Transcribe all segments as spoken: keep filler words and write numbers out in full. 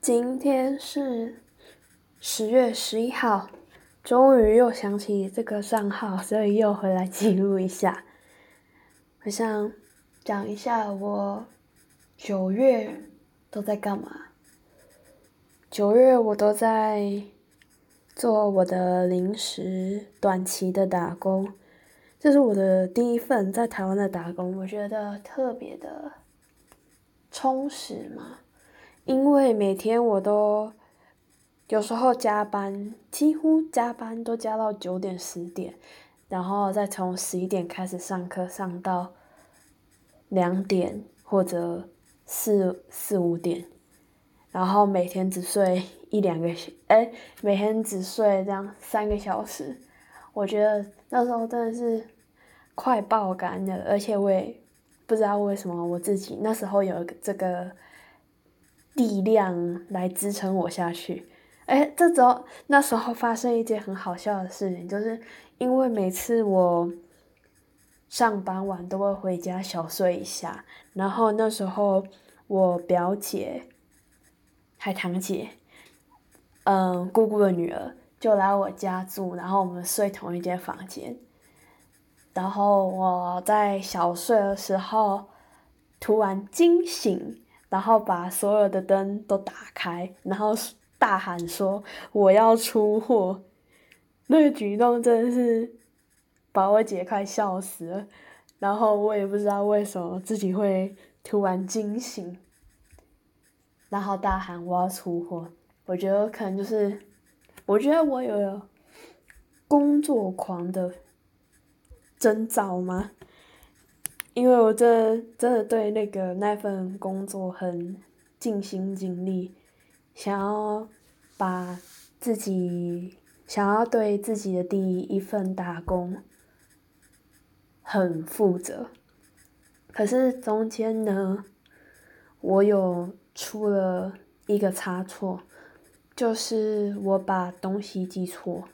今天是十月十一号，终于又想起这个账号，所以又回来记录一下。我想讲一下我九月都在干嘛。九月我都在做我的临时短期的打工，这是我的第一份在台湾的打工，我觉得特别的充实嘛。因为每天我都有时候加班，几乎加班都加到九点十点，然后再从十一点开始上课，上到两点或者四四五点，然后每天只睡一两个小，哎，每天只睡这样三个小时，我觉得那时候真的是快爆肝了，而且我也不知道为什么我自己那时候有这个力量来支撑我下去。哎，这时候那时候发生一件很好笑的事情，就是因为每次我上班完都会回家小睡一下，然后那时候我表姐还堂姐，嗯，姑姑的女儿就来我家住，然后我们睡同一间房间。然后我在小睡的时候突然惊醒，然后把所有的灯都打开，然后大喊说我要出货。那个举动真的是把我姐快笑死了。然后我也不知道为什么自己会突然惊醒，然后大喊我要出货。我觉得可能就是，我觉得我有工作狂的征兆吗？因为我真真的对那个那份工作很尽心尽力，想要把自己想要对自己的第一份打工很负责。可是中间呢，我有出了一个差错，就是我把东西记错。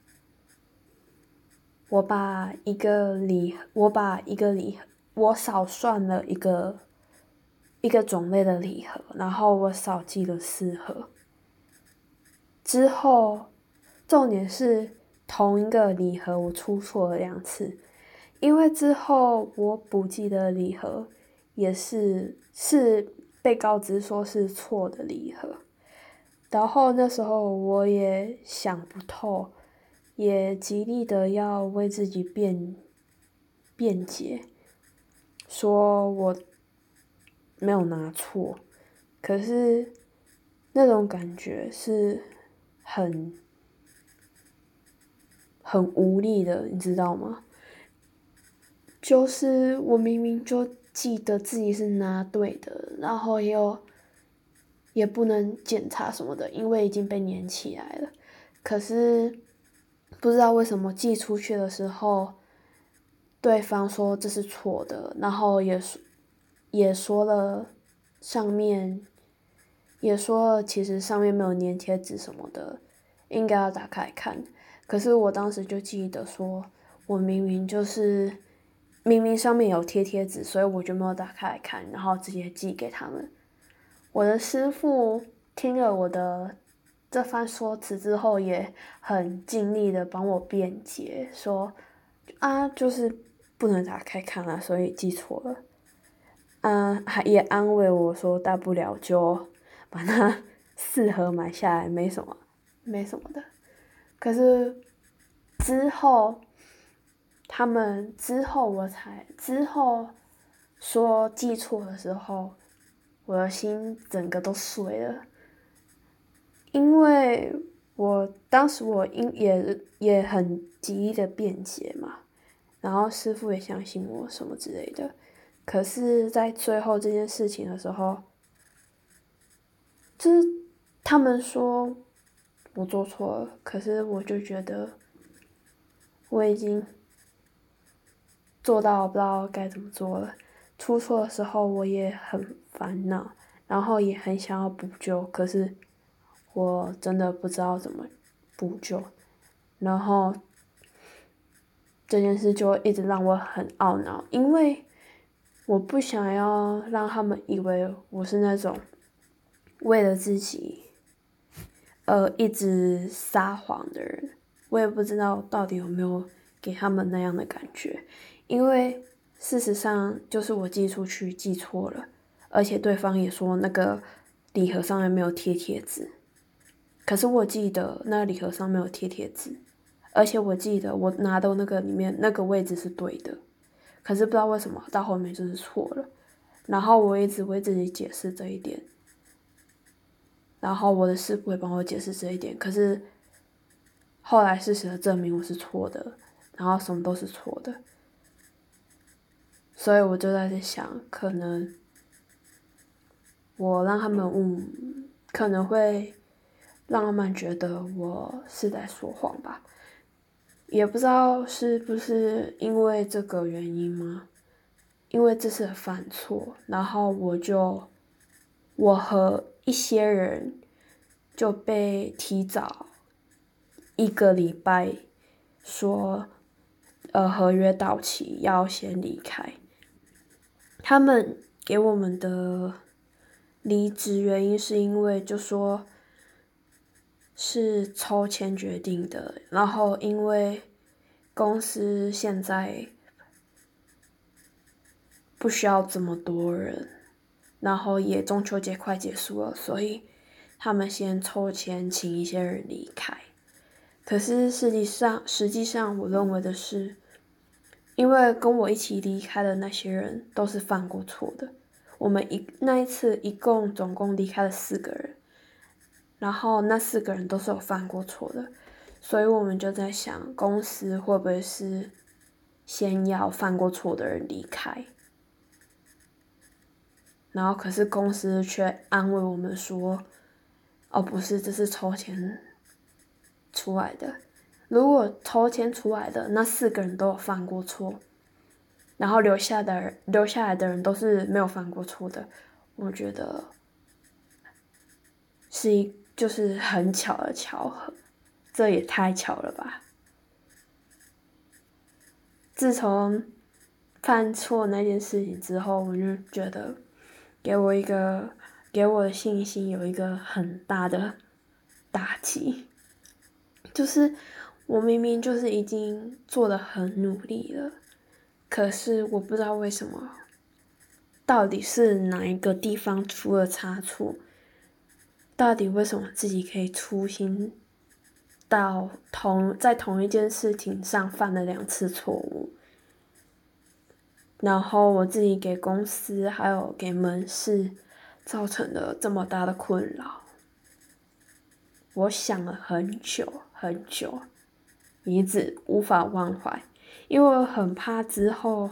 我把一个礼，我把一个礼，我少算了一个一个种类的礼盒，然后我少寄了四盒。之后，重点是同一个礼盒我出错了两次，因为之后我补寄的礼盒也是是被告知说是错的礼盒，然后那时候我也想不透。也极力的要为自己辩辩解，说我没有拿错，可是那种感觉是很很无力的，你知道吗？就是我明明就记得自己是拿对的，然后又也不能检查什么的，因为已经被粘起来了，可是不知道为什么寄出去的时候，对方说这是错的，然后也说也说了上面也说了其实上面没有粘贴纸什么的，应该要打开看。可是我当时就记得说，我明明就是明明上面有贴贴纸，所以我就没有打开来看，然后直接寄给他们。我的师傅听了我的这番说辞之后，也很尽力的帮我辩解，说啊，就是不能打开看啊，所以记错了。啊，还也安慰我说，大不了就把那四盒买下来，没什么，没什么的。可是之后，他们之后我才之后说记错的时候，我的心整个都碎了。因为我当时我因也也很极力的辩解嘛，然后师傅也相信我什么之类的，可是，在最后这件事情的时候，就是他们说我做错了，可是我就觉得我已经做到不知道该怎么做了。出错的时候我也很烦恼，然后也很想要补救，可是我真的不知道怎么补救，然后这件事就一直让我很懊恼，因为我不想要让他们以为我是那种为了自己呃一直撒谎的人，我也不知道到底有没有给他们那样的感觉，因为事实上就是我寄出去寄错了，而且对方也说那个礼盒上面没有贴贴纸，可是我记得那个礼盒上面有贴贴纸，而且我记得我拿到那个里面那个位置是对的，可是不知道为什么到后面就是错了，然后我一直为自己解释这一点。然后我的师傅会帮我解释这一点，可是后来事实的证明我是错的，然后什么都是错的，所以我就在想，可能我让他们嗯，可能会让他们觉得我是在说谎吧，也不知道是不是因为这个原因吗？因为这次犯错，然后我就我和一些人就被提早一个礼拜说，呃，合约到期要先离开。他们给我们的离职原因是因为就说是抽签决定的，然后因为公司现在不需要这么多人，然后也中秋节快结束了，所以他们先抽签请一些人离开。可是实际上，实际上我认为的是，因为跟我一起离开的那些人都是犯过错的。我们一那一次一共总共离开了四个人，然后那四个人都是有犯过错的，所以我们就在想，公司会不会是先要犯过错的人离开？然后可是公司却安慰我们说，哦不是，这是抽签出来的。如果抽签出来的那四个人都有犯过错，然后留下的人留下来的人都是没有犯过错的，我觉得是一就是很巧的巧合，这也太巧了吧！自从犯错那件事情之后，我就觉得给我一个给我的信心有一个很大的打击，就是我明明就是已经做得很努力了，可是我不知道为什么，到底是哪一个地方出了差错？到底为什么自己可以粗心到同在同一件事情上犯了两次错误？然后我自己给公司还有给门市造成了这么大的困扰，我想了很久很久，一直无法忘怀，因为我很怕之后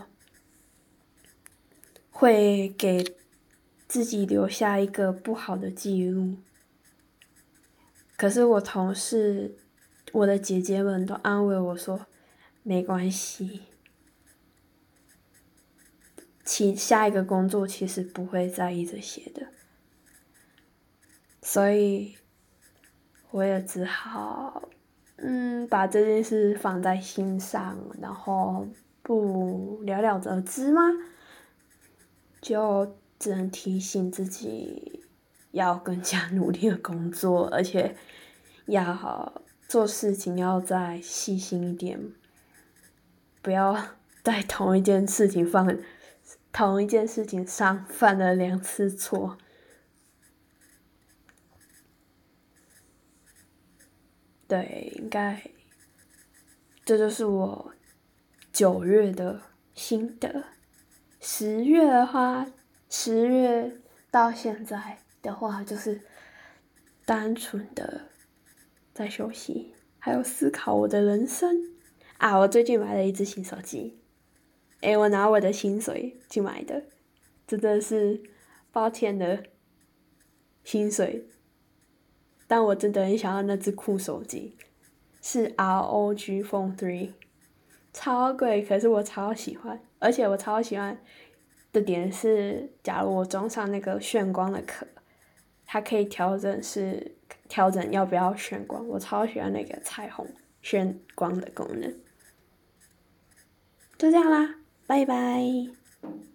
会给自己留下一个不好的记录。可是我同事、我的姐姐们都安慰我说，没关系。其下一个工作其实不会在意这些的，所以我也只好，嗯，把这件事放在心上，然后不了了之吗？就只能提醒自己要更加努力的工作，而且要做事情要再细心一点，不要在同一件事情犯。同一件事情上犯了两次错，对，应该这就是我九月的心得。十月的话，十月到现在的话，就是单纯的在休息，还有思考我的人生啊。我最近买了一只新手机。诶，我拿我的薪水去买的，真的是抱歉的薪水，但我真的很想要那只酷手机，是 R O G Phone 三，超贵，可是我超喜欢，而且我超喜欢的点是，假如我装上那个炫光的壳，它可以调整是调整要不要炫光，我超喜欢那个彩虹炫光的功能。就这样啦，拜拜。